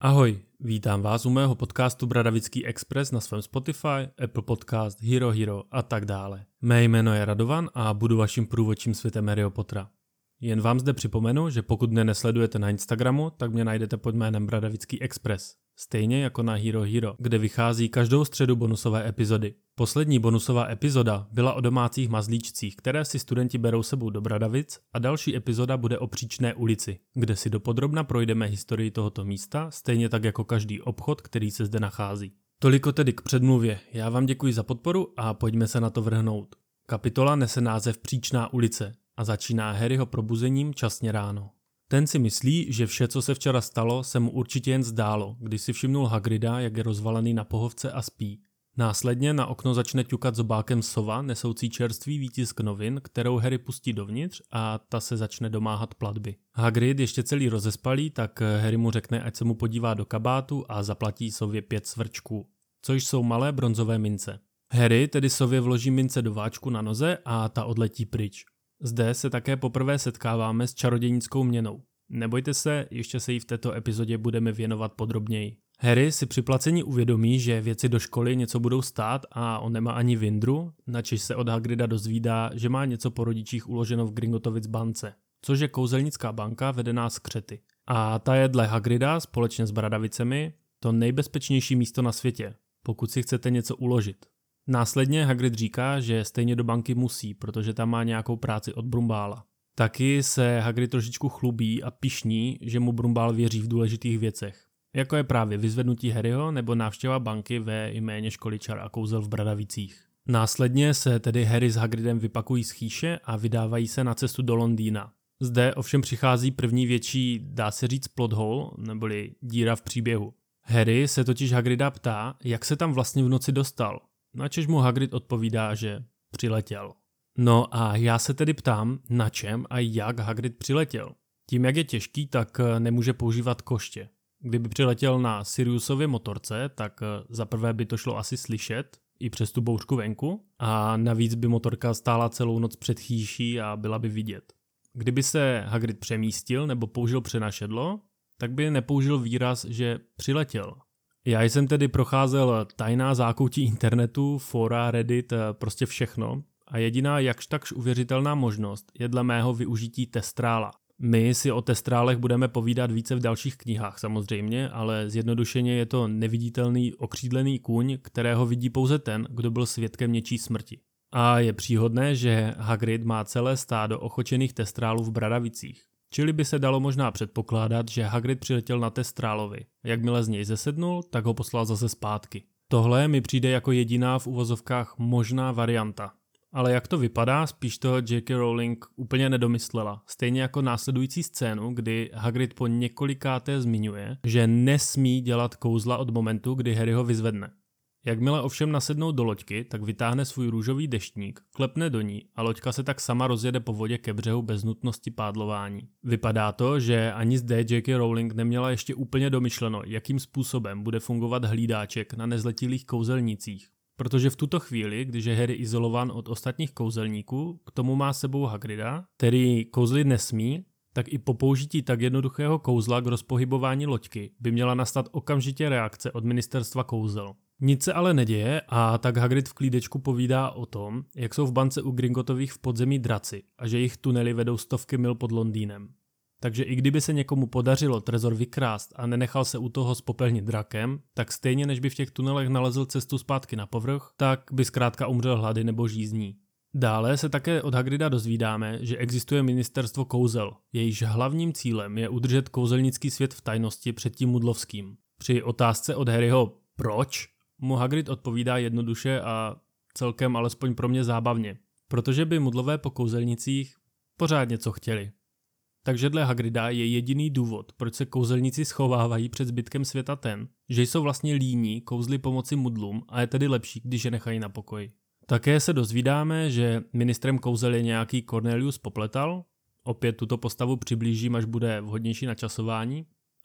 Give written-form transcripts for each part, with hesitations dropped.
Ahoj, vítám vás u mého podcastu Bradavický Express na svém Spotify, Apple Podcast, Hero Hero a tak dále. Mé jméno je Radovan a budu vaším průvodčím světem Harryho Pottera. Jen vám zde připomenu, že pokud mě nesledujete na Instagramu, tak mě najdete pod jménem Bradavický Express. Stejně jako na Hero Hero, kde vychází každou středu bonusové epizody. Poslední bonusová epizoda byla o domácích mazlíčcích, které si studenti berou sebou do Bradavic, a další epizoda bude o Příčné ulici, kde si dopodrobna projdeme historii tohoto místa, stejně tak jako každý obchod, který se zde nachází. Toliko tedy k předmluvě. Já vám děkuji za podporu a pojďme se na to vrhnout. Kapitola nese název Příčná ulice a začíná Harryho probuzením časně ráno. Ten si myslí, že vše, co se včera stalo, se mu určitě jen zdálo, když si všimnul Hagrida, jak je rozvalený na pohovce a spí. Následně na okno začne ťukat zobákem sova, nesoucí čerstvý výtisk novin, kterou Harry pustí dovnitř a ta se začne domáhat platby. Hagrid, ještě celý rozespalý, tak Harry mu řekne, ať se mu podívá do kabátu a zaplatí sově 5 svrčků, což jsou malé bronzové mince. Harry tedy sově vloží mince do váčku na noze a ta odletí pryč. Zde se také poprvé setkáváme s čarodějnickou měnou. Nebojte se, ještě se jí v této epizodě budeme věnovat podrobněji. Harry si při placení uvědomí, že věci do školy něco budou stát a on nemá ani vindru, načež se od Hagrida dozvídá, že má něco po rodičích uloženo v Gringottovic bance, což je kouzelnická banka vedená z Křety. A ta je dle Hagrida společně s Bradavicemi to nejbezpečnější místo na světě, pokud si chcete něco uložit. Následně Hagrid říká, že stejně do banky musí, protože tam má nějakou práci od Brumbála. Taky se Hagrid trošičku chlubí a pyšní, že mu Brumbál věří v důležitých věcech, jako je právě vyzvednutí Harryho nebo návštěva banky ve jméně školy čar a kouzel v Bradavicích. Následně se tedy Harry s Hagridem vypakují z chýše a vydávají se na cestu do Londýna. Zde ovšem přichází první větší, dá se říct, plot hole, neboli díra v příběhu. Harry se totiž Hagrida ptá, jak se tam vlastně v noci dostal, načež mu Hagrid odpovídá, že přiletěl. No a já se tedy ptám, na čem a jak Hagrid přiletěl. Tím, jak je těžký, tak nemůže používat koště. Kdyby přiletěl na Siriusově motorce, tak zaprvé by to šlo asi slyšet, i přes tu bouřku venku, a navíc by motorka stála celou noc před chýší a byla by vidět. Kdyby se Hagrid přemístil nebo použil přenašedlo, tak by nepoužil výraz, že přiletěl. Já jsem tedy procházel tajná zákoutí internetu, fora, Reddit, prostě všechno, a jediná jakž takž uvěřitelná možnost je dle mého využití testrála. My si o testrálech budeme povídat více v dalších knihách samozřejmě, ale zjednodušeně je to neviditelný okřídlený kůň, kterého vidí pouze ten, kdo byl svědkem něčí smrti. A je příhodné, že Hagrid má celé stádo ochočených testrálů v Bradavicích. Čili by se dalo možná předpokládat, že Hagrid přiletěl na testrálovi. Jakmile z něj zesednul, tak ho poslal zase zpátky. Tohle mi přijde jako jediná v uvozovkách možná varianta. Ale jak to vypadá, spíš to J.K. Rowling úplně nedomyslela. Stejně jako následující scénu, kdy Hagrid po několikáté zmiňuje, že nesmí dělat kouzla od momentu, kdy Harry ho vyzvedne. Jakmile ovšem nasednou do loďky, tak vytáhne svůj růžový deštník, klepne do ní a loďka se tak sama rozjede po vodě ke břehu bez nutnosti pádlování. Vypadá to, že ani zde J.K. Rowling neměla ještě úplně domyšleno, jakým způsobem bude fungovat hlídáček na nezletilých kouzelnících. Protože v tuto chvíli, když je Harry izolován od ostatních kouzelníků, k tomu má sebou Hagrida, který kouzlit nesmí, tak i po použití tak jednoduchého kouzla k rozpohybování loďky by měla nastat okamžitě reakce od ministerstva kouzel. Nic se ale neděje a tak Hagrid v klídečku povídá o tom, jak jsou v bance u Gringottových v podzemí draci a že jejich tunely vedou stovky mil pod Londýnem. Takže i kdyby se někomu podařilo trezor vykrást a nenechal se u toho spopelnit drakem, tak stejně než by v těch tunelech nalezl cestu zpátky na povrch, tak by zkrátka umřel hlady nebo žízní. Dále se také od Hagrida dozvídáme, že existuje ministerstvo kouzel. Jejíž hlavním cílem je udržet kouzelnický svět v tajnosti před tím mudlovským. Při otázce od Harryho proč, mu Hagrid odpovídá jednoduše a celkem alespoň pro mě zábavně. Protože by mudlové po kouzelnicích pořád něco chtěli. Takže dle Hagrida je jediný důvod, proč se kouzelníci schovávají před zbytkem světa ten, že jsou vlastně líní kouzly pomoci mudlům a je tedy lepší, když je nechají na pokoji. Také se dozvídáme, že ministrem kouzel je nějaký Cornelius Popletal, opět tuto postavu přiblížím, až bude vhodnější načasování.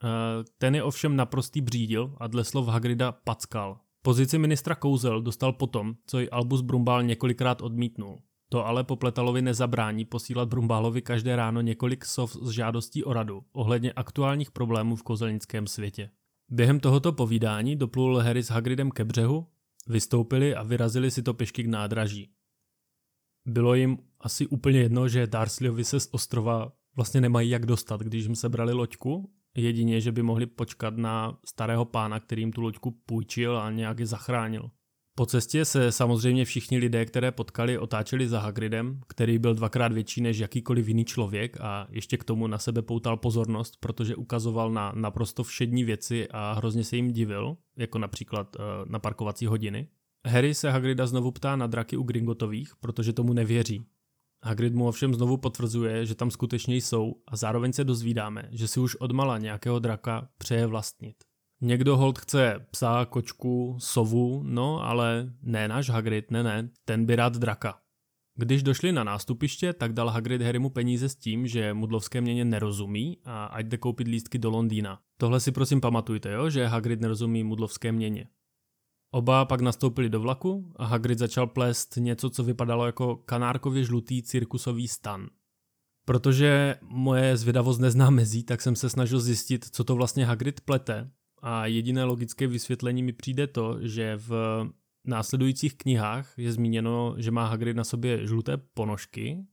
Ten je ovšem naprostý břídil a dle slov Hagrida packal. Pozici ministra kouzel dostal potom, co ji Albus Brumbál několikrát odmítnul. To ale Popletalovi nezabrání posílat Brumbálovi každé ráno několik sov s žádostí o radu ohledně aktuálních problémů v kouzelnickém světě. Během tohoto povídání doplul Harry s Hagridem ke břehu, vystoupili a vyrazili si to pěšky k nádraží. Bylo jim asi úplně jedno, že Dursleyovi se z ostrova vlastně nemají jak dostat, když jim sebrali loďku, jedině, že by mohli počkat na starého pána, který jim tu loďku půjčil a nějak je zachránil. Po cestě se samozřejmě všichni lidé, které potkali, otáčeli za Hagridem, který byl 2krát větší než jakýkoliv jiný člověk a ještě k tomu na sebe poutal pozornost, protože ukazoval na naprosto všední věci a hrozně se jim divil, jako například na parkovací hodiny. Harry se Hagrida znovu ptá na draky u Gringottových, protože tomu nevěří. Hagrid mu ovšem znovu potvrzuje, že tam skutečně jsou a zároveň se dozvídáme, že si už odmala nějakého draka přeje vlastnit. Někdo holt chce psa, kočku, sovu, no ale ne náš Hagrid, ne, ten by rád draka. Když došli na nástupiště, tak dal Hagrid Harrymu peníze s tím, že mudlovské měně nerozumí a ať jde koupit lístky do Londýna. Tohle si prosím pamatujte, jo, že Hagrid nerozumí mudlovské měně. Oba pak nastoupili do vlaku a Hagrid začal plést něco, co vypadalo jako kanárkově žlutý cirkusový stan. Protože moje zvědavost nezná mezí, tak jsem se snažil zjistit, co to vlastně Hagrid plete a jediné logické vysvětlení mi přijde to, že v následujících knihách je zmíněno, že má Hagrid na sobě žluté ponožky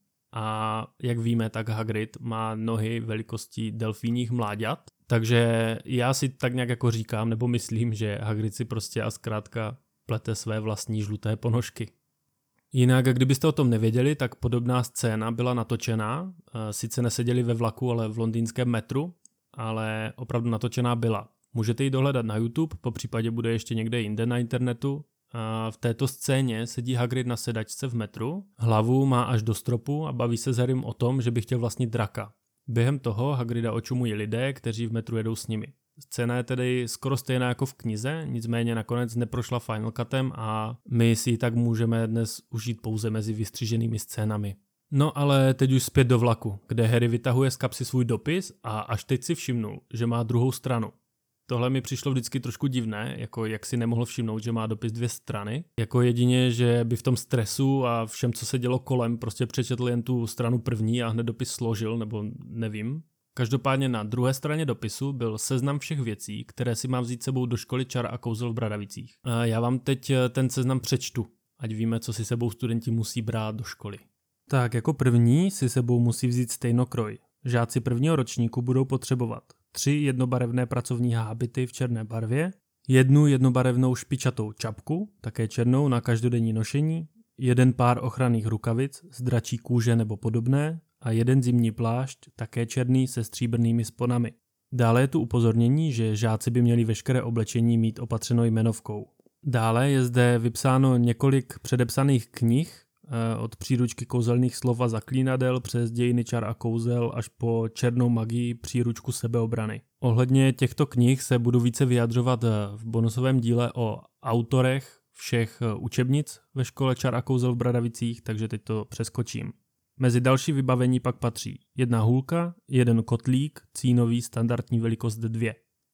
a jak víme, tak Hagrid má nohy velikosti delfínních mláďat. Takže já si tak nějak jako říkám, nebo myslím, že Hagrid si prostě a zkrátka plete své vlastní žluté ponožky. Jinak, kdybyste o tom nevěděli, tak podobná scéna byla natočená. Sice neseděli ve vlaku, ale v londýnském metru, ale opravdu natočená byla. Můžete ji dohledat na YouTube, popřípadě bude ještě někde jinde na internetu. A v této scéně sedí Hagrid na sedačce v metru, hlavu má až do stropu a baví se s Harrym o tom, že by chtěl vlastnit draka. Během toho Hagrida očumují lidé, kteří v metru jedou s nimi. Scéna je tedy skoro stejná jako v knize, nicméně nakonec neprošla Final Cutem a my si ji tak můžeme dnes užít pouze mezi vystřiženými scénami. No ale teď už zpět do vlaku, kde Harry vytahuje z kapsy svůj dopis a až teď si všimnul, že má druhou stranu. Tohle mi přišlo vždycky trošku divné, jako jak si nemohl všimnout, že má dopis 2 strany. Jako jedině, že by v tom stresu a všem, co se dělo kolem, prostě přečetl jen tu stranu první a hned dopis složil, nebo nevím. Každopádně na druhé straně dopisu byl seznam všech věcí, které si má vzít sebou do školy čar a kouzel v Bradavicích. A já vám teď ten seznam přečtu, ať víme, co si sebou studenti musí brát do školy. Tak jako první si sebou musí vzít stejnokroj. Žáci prvního ročníku budou potřebovat 3 jednobarevné pracovní hábity v černé barvě, 1 jednobarevnou špičatou čapku, také černou na každodenní nošení, 1 pár ochranných rukavic z dračí kůže nebo podobné a 1 zimní plášť, také černý se stříbrnými sponami. Dále je tu upozornění, že žáci by měli veškeré oblečení mít opatřeno jmenovkou. Dále je zde vypsáno několik předepsaných knih, od příručky kouzelných slov a zaklínadel přes dějiny čar a kouzel až po černou magii příručku sebeobrany. Ohledně těchto knih se budu více vyjadřovat v bonusovém díle o autorech všech učebnic ve škole čar a kouzel v Bradavicích, takže teď to přeskočím. Mezi další vybavení pak patří 1 hůlka, 1 kotlík, cínový standardní velikost 2,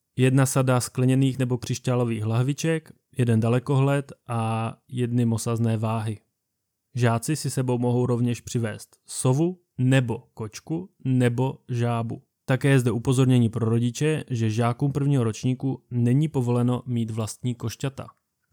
1 sada skleněných nebo křišťálových lahviček, 1 dalekohled a 1 mosazné váhy. Žáci si sebou mohou rovněž přivést sovu nebo kočku nebo žábu. Také je zde upozornění pro rodiče, že žákům prvního ročníku není povoleno mít vlastní košťata.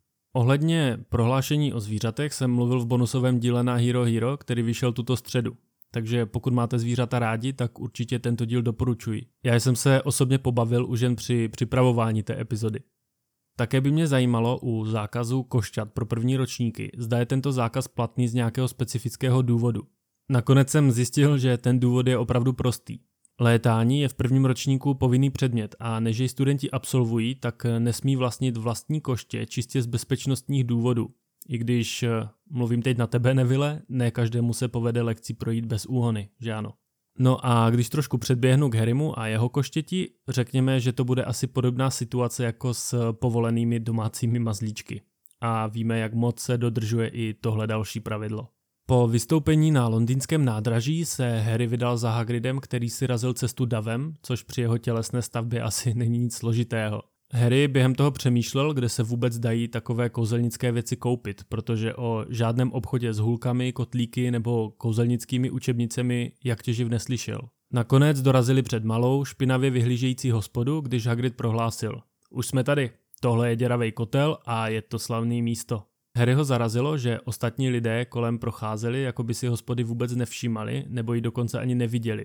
Ohledně prohlášení o zvířatech jsem mluvil v bonusovém díle na Hero Hero, který vyšel tuto středu. Takže pokud máte zvířata rádi, tak určitě tento díl doporučuji. Já jsem se osobně pobavil už jen při připravování té epizody. Také by mě zajímalo u zákazu košťat pro první ročníky, zda je tento zákaz platný z nějakého specifického důvodu. Nakonec jsem zjistil, že ten důvod je opravdu prostý. Létání je v prvním ročníku povinný předmět a než jej studenti absolvují, tak nesmí vlastnit vlastní koště čistě z bezpečnostních důvodů. I když mluvím teď na tebe, Neville, ne každému se povede lekci projít bez úhony, že ano? No a když trošku předběhnu k Harrymu a jeho koštěti, řekněme, že to bude asi podobná situace jako s povolenými domácími mazlíčky. A víme, jak moc se dodržuje i tohle další pravidlo. Po vystoupení na londýnském nádraží se Harry vydal za Hagridem, který si razil cestu davem, což při jeho tělesné stavbě asi není nic složitého. Harry během toho přemýšlel, kde se vůbec dají takové kouzelnické věci koupit, protože o žádném obchodě s hůlkami, kotlíky nebo kouzelnickými učebnicemi jak těživ neslyšel. Nakonec dorazili před malou, špinavě vyhlížející hospodu, když Hagrid prohlásil: už jsme tady. Tohle je děravej kotel a je to slavný místo. Harryho zarazilo, že ostatní lidé kolem procházeli, jako by si hospody vůbec nevšímali, nebo ji dokonce ani neviděli.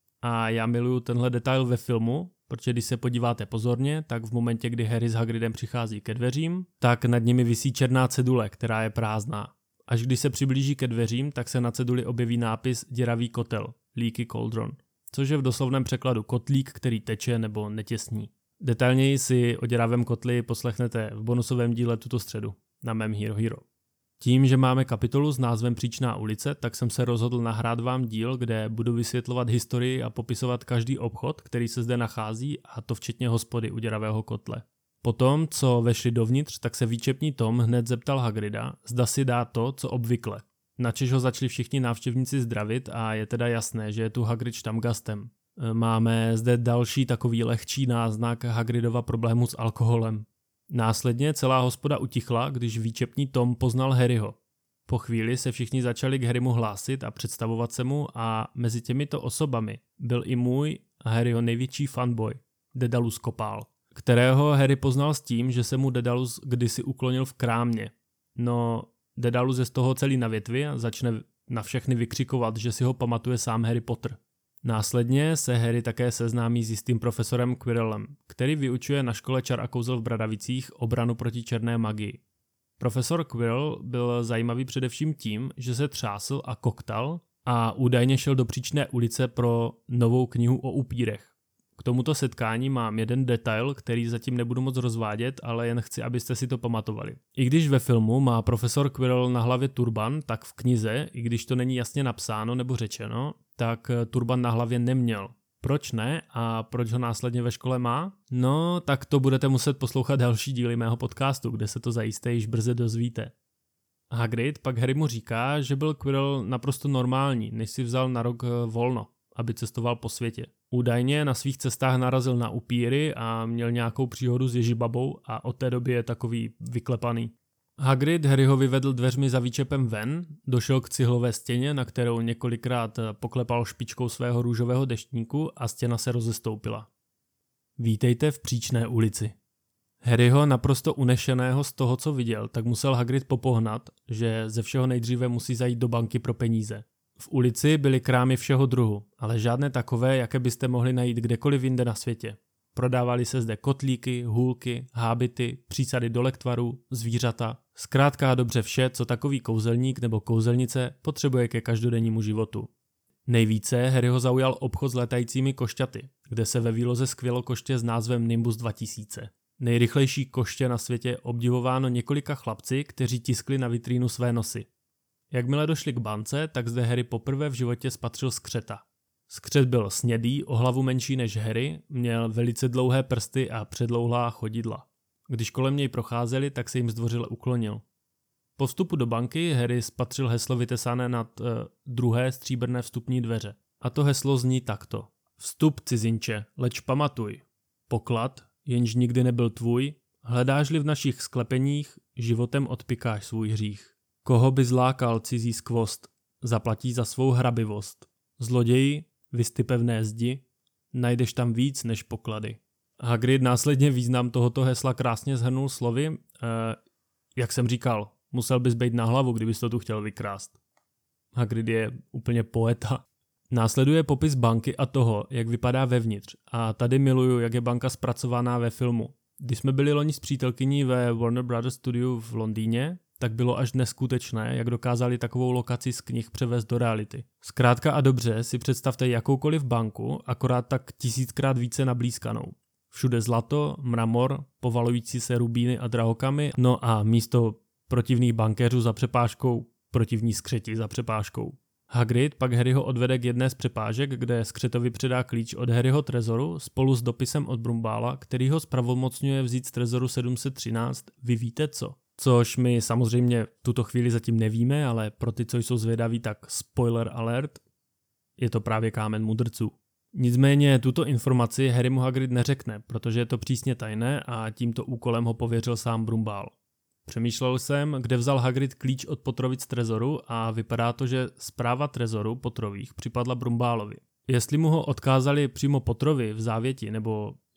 A já miluju tenhle detail ve filmu, protože když se podíváte pozorně, tak v momentě, kdy Harry s Hagridem přichází ke dveřím, tak nad nimi visí černá cedule, která je prázdná. Až když se přiblíží ke dveřím, tak se na ceduli objeví nápis děravý kotel, leaky cauldron, což je v doslovném překladu kotlík, který teče nebo netěsní. Detailněji si o děravém kotli poslechnete v bonusovém díle tuto středu na mém Hero Hero. Tím, že máme kapitolu s názvem Příčná ulice, tak jsem se rozhodl nahrát vám díl, kde budu vysvětlovat historii a popisovat každý obchod, který se zde nachází, a to včetně hospody u děravého kotle. Potom, co vešli dovnitř, tak se výčepní Tom hned zeptal Hagrida, zda si dá to, co obvykle. Načež ho začali všichni návštěvníci zdravit a je teda jasné, že je tu Hagrid štamgastem. Máme zde další takový lehčí náznak Hagridova problému s alkoholem. Následně celá hospoda utichla, když výčepní Tom poznal Harryho. Po chvíli se všichni začali k Harrymu hlásit a představovat se mu a mezi těmito osobami byl i můj a Harryho největší fanboy, Daedalus Kopál, kterého Harry poznal s tím, že se mu Daedalus kdysi uklonil v krámě. No, Daedalus je z toho celý na větvi a začne na všechny vykřikovat, že si ho pamatuje sám Harry Potter. Následně se Harry také seznámí s jistým profesorem Quirrellem, který vyučuje na škole čar a kouzel v Bradavicích obranu proti černé magii. Profesor Quirrell byl zajímavý především tím, že se třásl a koktal a údajně šel do Příčné ulice pro novou knihu o upírech. K tomuto setkání mám jeden detail, který zatím nebudu moc rozvádět, ale jen chci, abyste si to pamatovali. I když ve filmu má profesor Quirrell na hlavě turban, tak v knize, i když to není jasně napsáno nebo řečeno, tak turban na hlavě neměl. Proč ne a proč ho následně ve škole má? No, tak to budete muset poslouchat další díly mého podcastu, kde se to zajisté již brzy dozvíte. Hagrid pak Harrymu říká, že byl Quirrell naprosto normální, než si vzal na rok volno, aby cestoval po světě. Údajně na svých cestách narazil na upíry a měl nějakou příhodu s Ježibabou a od té doby je takový vyklepaný. Hagrid Harryho vyvedl dveřmi za výčepem ven, došel k cihlové stěně, na kterou několikrát poklepal špičkou svého růžového deštníku a stěna se rozestoupila. Vítejte v Příčné ulici. Harryho naprosto unešeného z toho, co viděl, tak musel Hagrid popohnat, že ze všeho nejdříve musí zajít do banky pro peníze. V ulici byly krámy všeho druhu, ale žádné takové, jaké byste mohli najít kdekoliv jinde na světě. Prodávali se zde kotlíky, hůlky, hábity, přísady do lektvarů, zvířata, zkrátka dobře vše, co takový kouzelník nebo kouzelnice potřebuje ke každodennímu životu. Nejvíce Harryho zaujal obchod s letajícími košťaty, kde se ve výloze skvělo koště s názvem Nimbus 2000. Nejrychlejší koště na světě obdivováno několika chlapci, kteří tiskli na vitrínu své nosy. Jakmile došli k bance, tak zde Harry poprvé v životě spatřil skřeta. Skřet byl snědý, o hlavu menší než Harry, měl velice dlouhé prsty a předlouhlá chodidla. Když kolem něj procházeli, tak se jim zdvořile uklonil. Po vstupu do banky Harry spatřil heslo vytesané nad druhé stříbrné vstupní dveře. A to heslo zní takto. Vstup cizinče, leč pamatuj. Poklad, jenž nikdy nebyl tvůj, hledáš-li v našich sklepeních, životem odpikáš svůj hřích. Koho by zlákal cizí skvost, zaplatí za svou hrabivost. Zloději, vys ty pevné zdi, najdeš tam víc než poklady. Hagrid následně význam tohoto hesla krásně shrnul slovy, jak jsem říkal, musel bys být na hlavu, kdybys to tu chtěl vykrást. Hagrid je úplně poeta. Následuje popis banky a toho, jak vypadá vevnitř. A tady miluju, jak je banka zpracovaná ve filmu. Když jsme byli loni s přítelkyní ve Warner Brothers Studiu v Londýně, tak bylo až neskutečné, jak dokázali takovou lokaci z knih převést do reality. Zkrátka a dobře si představte jakoukoliv banku, akorát tak 1000krát více nablízkanou. Všude zlato, mramor, povalující se rubíny a drahokamy, no a místo protivných bankéřů za přepážkou, protivní skřeti za přepážkou. Hagrid pak Harryho odvede k jedné z přepážek, kde skřetovi předá klíč od Harryho trezoru spolu s dopisem od Brumbála, který ho zpravomocňuje vzít z trezoru 713 Vy víte co? Což my samozřejmě v tuto chvíli zatím nevíme, ale pro ty, co jsou zvědaví, tak spoiler alert, je to právě kámen mudrců. Nicméně tuto informaci Harrymu Hagrid neřekne, protože je to přísně tajné a tímto úkolem ho pověřil sám Brumbál. Přemýšlel jsem, kde vzal Hagrid klíč od Pottrovic trezoru a vypadá to, že správa trezoru Pottrových připadla Brumbálovi. Jestli mu ho odkázali přímo Pottrovi v závěti, nebo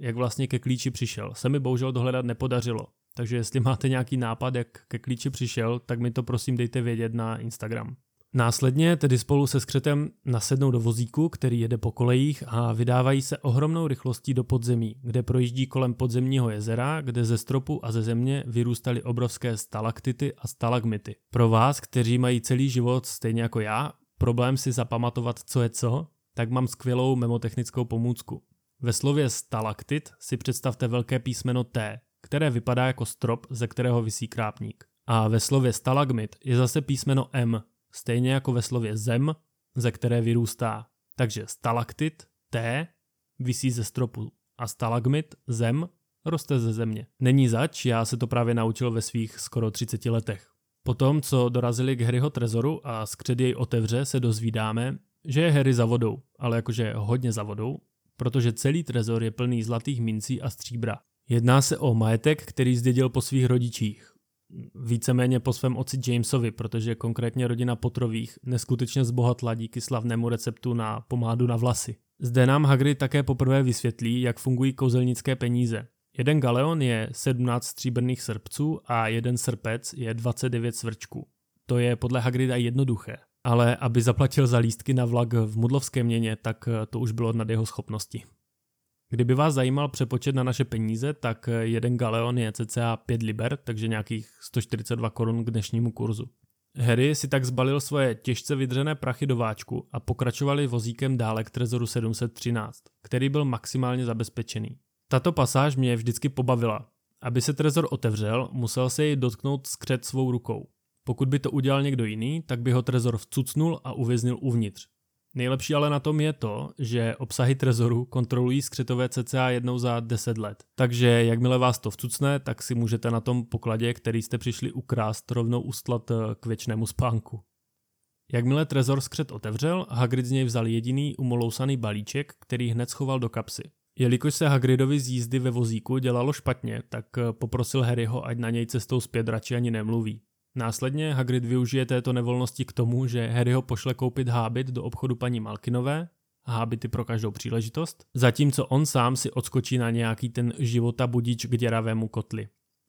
jak vlastně ke klíči přišel, se mi bohužel dohledat nepodařilo. Takže jestli máte nějaký nápad, jak ke klíči přišel, tak mi to prosím dejte vědět na Instagram. Následně tedy spolu se skřetem nasednou do vozíku, který jede po kolejích a vydávají se ohromnou rychlostí do podzemí, kde projíždí kolem podzemního jezera, kde ze stropu a ze země vyrůstaly obrovské stalaktity a stalagmity. Pro vás, kteří mají celý život stejně jako já, problém si zapamatovat, co je co, tak mám skvělou memotechnickou pomůcku. Ve slově stalaktit si představte velké písmeno T, které vypadá jako strop, ze kterého visí krápník. A ve slově stalagmit je zase písmeno M, stejně jako ve slově zem, ze které vyrůstá. Takže stalaktit, T, visí ze stropu a stalagmit, zem, roste ze země. Není zač, já se to právě naučil ve svých skoro 30 letech. Potom, co dorazili k Harryho trezoru a skřet jej otevře, se dozvídáme, že je Harry za vodou, ale jakože hodně za vodou, protože celý trezor je plný zlatých mincí a stříbra. Jedná se o majetek, který zdědil po svých rodičích. Víceméně po svém otci Jamesovi, protože konkrétně rodina Potterových neskutečně zbohatla díky slavnému receptu na pomádu na vlasy. Zde nám Hagrid také poprvé vysvětlí, jak fungují kouzelnické peníze. Jeden galeon je 17 stříbrných srpců a jeden srpec je 29 svrčků. To je podle Hagrida jednoduché, ale aby zaplatil za lístky na vlak v mudlovské měně, tak to už bylo nad jeho schopnosti. Kdyby vás zajímal přepočet na naše peníze, tak jeden galeon je cca 5 liber, takže nějakých 142 korun k dnešnímu kurzu. Harry si tak zbalil svoje těžce vydřené prachy do váčku a pokračovali vozíkem dále k trezoru 713, který byl maximálně zabezpečený. Tato pasáž mě vždycky pobavila. Aby se trezor otevřel, musel se jej dotknout skřet svou rukou. Pokud by to udělal někdo jiný, tak by ho trezor vcucnul a uvěznil uvnitř. Nejlepší ale na tom je to, že obsahy trezoru kontrolují skřetové cca jednou za 10 let. Takže jakmile vás to vcucne, tak si můžete na tom pokladě, který jste přišli ukrást, rovnou ustlat k věčnému spánku. Jakmile trezor skřet otevřel, Hagrid z něj vzal jediný umolousaný balíček, který hned schoval do kapsy. Jelikož se Hagridovi z jízdy ve vozíku dělalo špatně, tak poprosil Harryho, ať na něj cestou zpět radši ani nemluví. Následně Hagrid využije této nevolnosti k tomu, že Harryho pošle koupit hábit do obchodu paní Malkinové, hábity pro každou příležitost, zatímco on sám si odskočí na nějaký ten života budič k děravému kotli.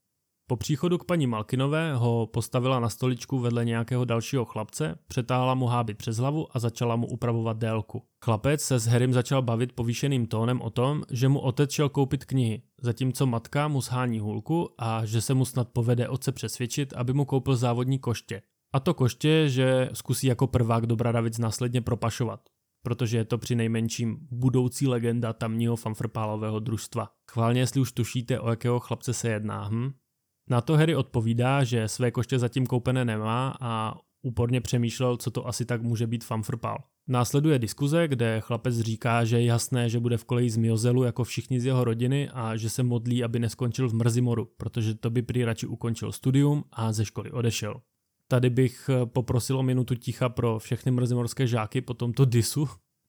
Po příchodu k paní Malkinové ho postavila na stoličku vedle nějakého dalšího chlapce, přetáhla mu hábit přes hlavu a začala mu upravovat délku. Chlapec se s Harrym začal bavit povýšeným tónem o tom, že mu otec šel koupit knihy, zatímco matka mu shání hůlku a že se mu snad povede otce přesvědčit, aby mu koupil závodní koště. A to koště, že zkusí jako prvák do Bradavic následně propašovat, protože je to přinejmenším budoucí legenda tamního fanfrpálového družstva. Chválně, jestli už tušíte, o jakého chlapce se jedná, Na to Harry odpovídá, že své koště zatím koupené nemá a úporně přemýšlel, co to asi tak může být fanfrpál. Následuje diskuze, kde chlapec říká, že je jasné, že bude v koleji z Miozelu jako všichni z jeho rodiny a že se modlí, aby neskončil v Mrzimoru, protože to by prý radši ukončil studium a ze školy odešel. Tady bych poprosil o minutu ticha pro všechny mrzimorské žáky po tomto disu.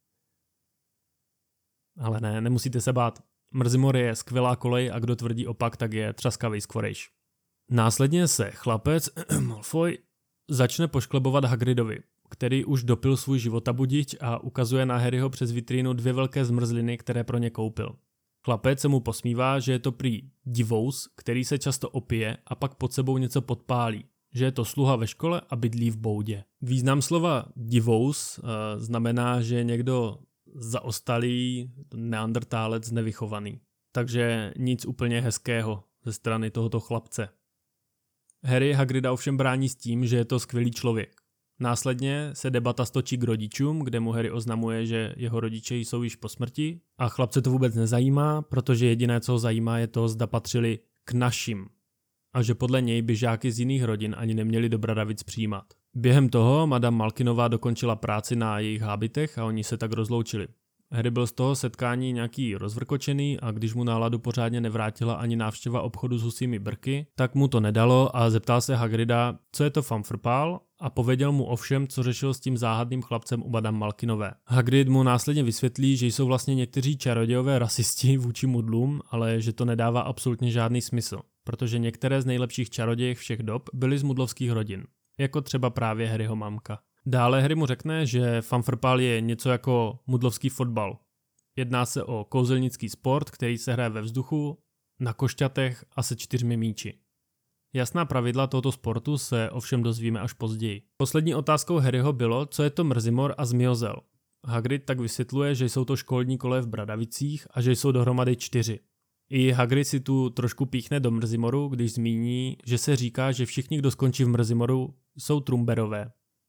Ale ne, nemusíte se bát. Mrzimor je skvělá kolej a kdo tvrdí opak, tak je třaskavej skvorejš. Následně se chlapec Malfoy začne pošklebovat Hagridovi, který už dopil svůj životabudič a ukazuje na Harryho přes vitrínu 2 velké zmrzliny, které pro ně koupil. Chlapec se mu posmívá, že je to prý divous, který se často opije a pak pod sebou něco podpálí, že je to sluha ve škole a bydlí v boudě. Význam slova divous znamená, že je někdo zaostalý, neandertálec nevychovaný. Takže nic úplně hezkého ze strany tohoto chlapce. Harry Hagrida ovšem brání s tím, že je to skvělý člověk. Následně se debata stočí k rodičům, kde mu Harry oznamuje, že jeho rodiče jsou již po smrti a chlapce to vůbec nezajímá, protože jediné, co ho zajímá, je to, zda patřili k našim a že podle něj by žáky z jiných rodin ani neměli do Bradavic přijímat. Během toho madame Malkinová dokončila práci na jejich hábitech a oni se tak rozloučili. Harry byl z toho setkání nějaký rozvrkočený a když mu náladu pořádně nevrátila ani návštěva obchodu s husími brky, tak mu to nedalo a zeptal se Hagrida, co je to fanfrpál, a pověděl mu o všem, co řešil s tím záhadným chlapcem u madame Malkinové. Hagrid mu následně vysvětlí, že jsou vlastně někteří čarodějové rasisti vůči mudlům, ale že to nedává absolutně žádný smysl, protože některé z nejlepších čarodějek všech dob byly z mudlovských rodin, jako třeba právě Harryho mamka. Dále Harry mu řekne, že fanfrpál je něco jako mudlovský fotbal. Jedná se o kouzelnický sport, který se hraje ve vzduchu, na košťatech a se 4 míči. Jasná pravidla tohoto sportu se ovšem dozvíme až později. Poslední otázkou Harryho bylo, co je to Mrzimor a Zmiozel. Hagrid tak vysvětluje, že jsou to školní koleje v Bradavicích a že jsou dohromady 4. I Hagrid si tu trošku píchne do Mrzimoru, když zmíní, že se říká, že všichni, kdo skončí v Mrzimoru, jsou Trumberové.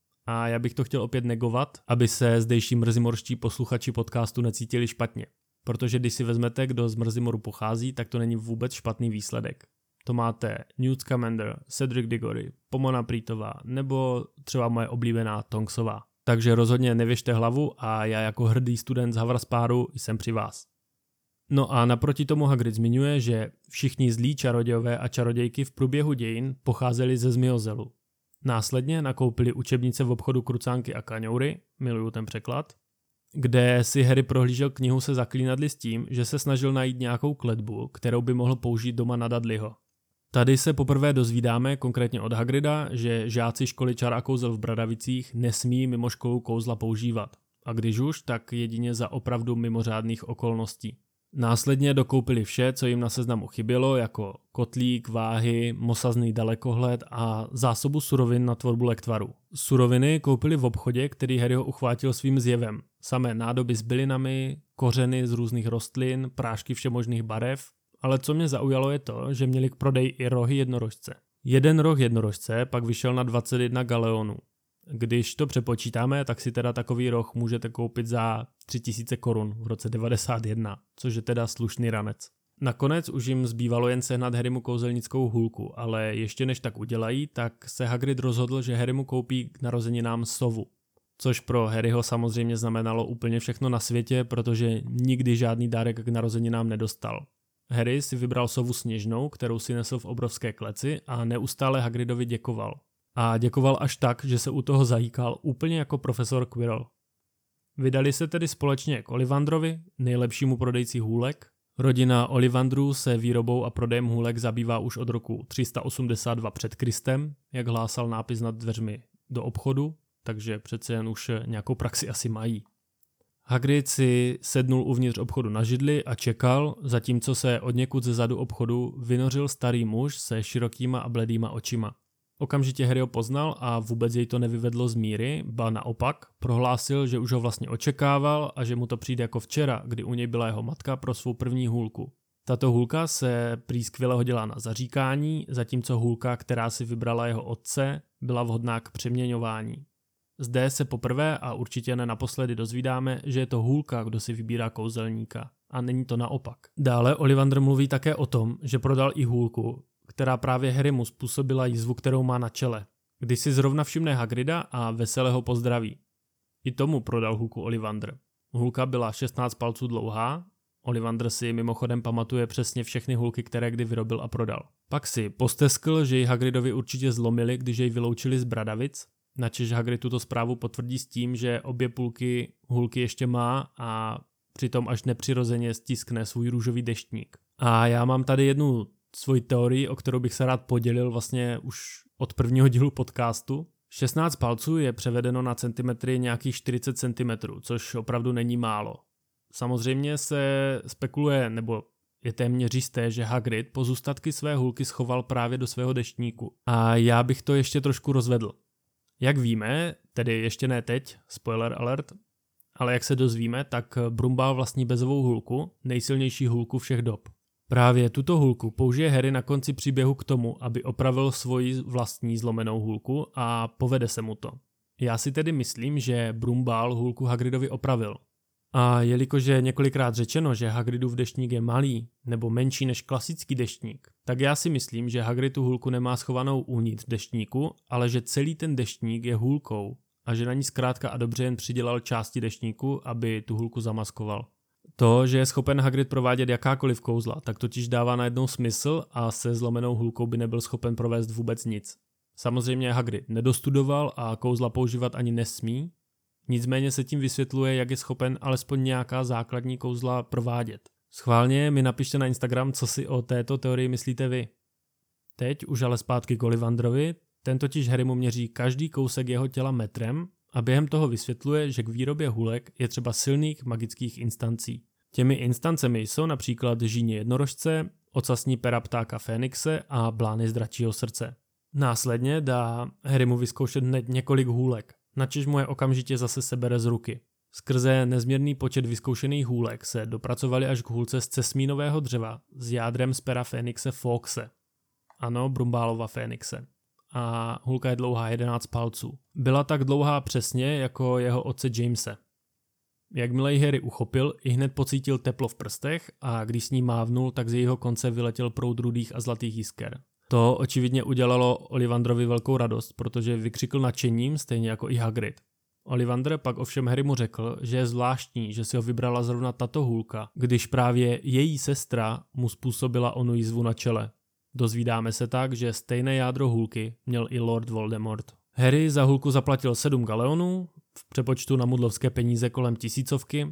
A já bych to chtěl opět negovat, aby se zdejší mrzimorští posluchači podcastu necítili špatně. Protože když si vezmete, kdo z Mrzimoru pochází, tak to není vůbec špatný výsledek. To máte Newt Scamander, Cedric Diggory, Pomona Prytová nebo třeba moje oblíbená Tonksová. Takže rozhodně nevěžte hlavu a já jako hrdý student z Havraspáru jsem při vás. No a naproti tomu Hagrid zmiňuje, že všichni zlí čarodějové a čarodějky v průběhu dějin pocházeli ze Zmiozelu. Následně nakoupili učebnice v obchodu Krucánky a Kaňoury, miluju ten překlad, kde si Harry prohlížel knihu se zaklínadly s tím, že se snažil najít nějakou kletbu, kterou by mohl použít doma na Dudleyho. Tady se poprvé dozvídáme konkrétně od Hagrida, že žáci školy čar a kouzel v Bradavicích nesmí mimo školu kouzla používat. A když už, tak jedině za opravdu mimořádných okolností. Následně dokoupili vše, co jim na seznamu chybělo, jako kotlík, váhy, mosazný dalekohled a zásobu surovin na tvorbu lektvaru. Suroviny koupili v obchodě, který Harryho uchvátil svým zjevem. Samé nádoby s bylinami, kořeny z různých rostlin, prášky všemožných barev. Ale co mě zaujalo je to, že měli k prodeji i rohy jednorožce. Jeden roh jednorožce pak vyšel na 21 galeonů. Když to přepočítáme, tak si teda takový roh můžete koupit za 3000 korun v roce 91, což je teda slušný ranec. Nakonec už jim zbývalo jen sehnat Harrymu kouzelnickou hůlku, ale ještě než tak udělají, tak se Hagrid rozhodl, že Harrymu koupí k narozeninám sovu. Což pro Harryho samozřejmě znamenalo úplně všechno na světě, protože nikdy žádný dárek k narozeninám nedostal. Harry si vybral sovu sněžnou, kterou si nesl v obrovské kleci a neustále Hagridovi děkoval. A děkoval až tak, že se u toho zajíkal úplně jako profesor Quirrell. Vydali se tedy společně k Ollivandrovi, nejlepšímu prodejci hůlek. Rodina Ollivandrů se výrobou a prodejem hůlek zabývá už od roku 382 před Kristem, jak hlásal nápis nad dveřmi do obchodu, takže přece jen už nějakou praxi asi mají. Hagrid si sednul uvnitř obchodu na židli a čekal, zatímco se odněkud ze zadu obchodu vynořil starý muž se širokýma a bledýma očima. Okamžitě Harry ho poznal a vůbec jej to nevyvedlo z míry, ba naopak, prohlásil, že už ho vlastně očekával a že mu to přijde jako včera, kdy u něj byla jeho matka pro svou první hůlku. Tato hůlka se prý skvěle hodila na zaříkání, zatímco hůlka, která si vybrala jeho otce, byla vhodná k přeměňování. Zde se poprvé a určitě ne naposledy dozvídáme, že je to hůlka, kdo si vybírá kouzelníka. A není to naopak. Dále Ollivander mluví také o tom, že prodal i hůlku, která právě Harrymu způsobila jízvu, kterou má na čele. Když si zrovna všimne Hagrida a veselé ho pozdraví. I tomu prodal hůlku Ollivander. Hůlka byla 16 palců dlouhá. Ollivander si mimochodem pamatuje přesně všechny hůlky, které kdy vyrobil a prodal. Pak si posteskl, že ji Hagridovi určitě zlomili, když jej vyloučili z Bradavic. Načež Hagrid tuto zprávu potvrdí s tím, že obě půlky hůlky ještě má a přitom až nepřirozeně stiskne svůj růžový deštník. A já mám tady jednu svoji teorii, o kterou bych se rád podělil vlastně už od prvního dílu podcastu. 16 palců je převedeno na centimetry nějakých 40 cm, což opravdu není málo. Samozřejmě se spekuluje, nebo je téměř jisté, že Hagrid pozůstatky své hůlky schoval právě do svého deštníku. A já bych to ještě trošku rozvedl. Jak víme, tedy ještě ne teď, spoiler alert, ale jak se dozvíme, tak Brumbál vlastní bezovou hůlku, nejsilnější hůlku všech dob. Právě tuto hůlku použije Harry na konci příběhu k tomu, aby opravil svoji vlastní zlomenou hůlku a povede se mu to. Já si tedy myslím, že Brumbál hůlku Hagridovi opravil. A jelikož je několikrát řečeno, že Hagridův deštník je malý nebo menší než klasický deštník, tak já si myslím, že Hagrid tu hůlku nemá schovanou uvnitř deštníku, ale že celý ten deštník je hůlkou a že na ní zkrátka a dobře jen přidělal části deštníku, aby tu hůlku zamaskoval. To, že je schopen Hagrid provádět jakákoliv kouzla, tak totiž dává najednou smysl a se zlomenou hůlkou by nebyl schopen provést vůbec nic. Samozřejmě Hagrid nedostudoval a kouzla používat ani nesmí, nicméně se tím vysvětluje, jak je schopen alespoň nějaká základní kouzla provádět. Schválně mi napište na Instagram, co si o této teorii myslíte vy. Teď už ale zpátky k Ollivandrovi, ten totiž Harrymu měří každý kousek jeho těla metrem a během toho vysvětluje, že k výrobě hůlek je třeba silných magických instancí. Těmi instancemi jsou například žíně jednorožce, ocasní pera ptáka Fénixe a blány z dračího srdce. Následně dá Harrymu vyzkoušet hned několik hůlek, načež mu je okamžitě zase sebere z ruky. Skrze nezměrný počet vyzkoušených hůlek se dopracovali až k hůlce z cesmínového dřeva s jádrem z pera Fénixe Fawkese. Ano, Brumbálova Fénixe. A hůlka je dlouhá 11 palců. Byla tak dlouhá přesně jako jeho otce Jamese. Jakmile ji Harry uchopil, ihned pocítil teplo v prstech a když s ní mávnul, tak z jejího konce vyletěl proud rudých a zlatých jisker. To očividně udělalo Ollivandrovi velkou radost, protože vykřikl nadšením, stejně jako i Hagrid. Ollivander pak ovšem Harrymu řekl, že je zvláštní, že si ho vybrala zrovna tato hůlka, když právě její sestra mu způsobila onu jízvu na čele. Dozvídáme se tak, že stejné jádro hůlky měl i Lord Voldemort. Harry za hůlku zaplatil 7 galeonů, v přepočtu na mudlovské peníze kolem 1000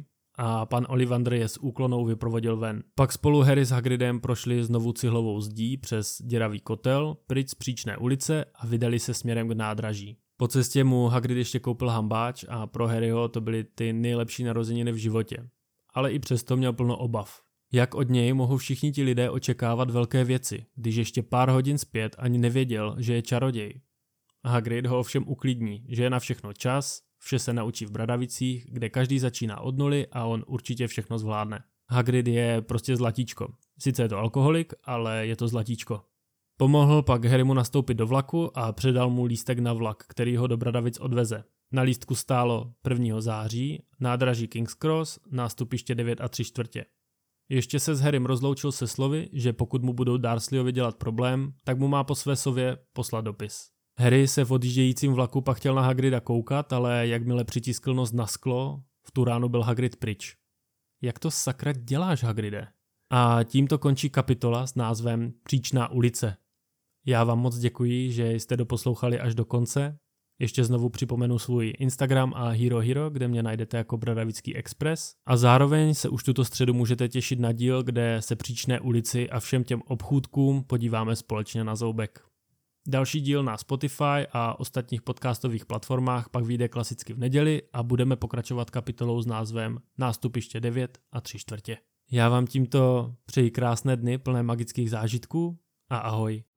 a pan Ollivander je s úklonou vyprovodil ven. Pak spolu Harry s Hagridem prošli znovu cihlovou zdí přes děravý kotel, pryč z Příčné ulice a vydali se směrem k nádraží. Po cestě mu Hagrid ještě koupil hambáč a pro Harryho to byly ty nejlepší narozeniny v životě. Ale i přesto měl plno obav. Jak od něj mohou všichni ti lidé očekávat velké věci, když ještě pár hodin zpět ani nevěděl, že je čaroděj. Hagrid ho ovšem uklidní, že je na všechno čas, vše se naučí v Bradavicích, kde každý začíná od nuly a on určitě všechno zvládne. Hagrid je prostě zlatíčko. Sice je to alkoholik, ale je to zlatíčko. Pomohl pak Harrymu nastoupit do vlaku a předal mu lístek na vlak, který ho do Bradavic odveze. Na lístku stálo 1. září, nádraží King's Cross, nástupiště 9 3/4. Ještě se s Harrym rozloučil se slovy, že pokud mu budou Dursleyovi dělat problém, tak mu má po své sově poslat dopis. Harry se v odjíždějícím vlaku pak chtěl na Hagrida koukat, ale jakmile přitiskl nos na sklo, v tu ránu byl Hagrid pryč. Jak to sakra děláš, Hagride? A tímto končí kapitola s názvem Příčná ulice. Já vám moc děkuji, že jste doposlouchali až do konce. Ještě znovu připomenu svůj Instagram a Hero, kde mě najdete jako Bradavický Express. A zároveň se už tuto středu můžete těšit na díl, kde se Příčné ulici a všem těm obchůdkům podíváme společně na zoubek. Další díl na Spotify a ostatních podcastových platformách pak vyjde klasicky v neděli a budeme pokračovat kapitolou s názvem Nástupiště 9 3/4. Já vám tímto přeji krásné dny plné magických zážitků a ahoj.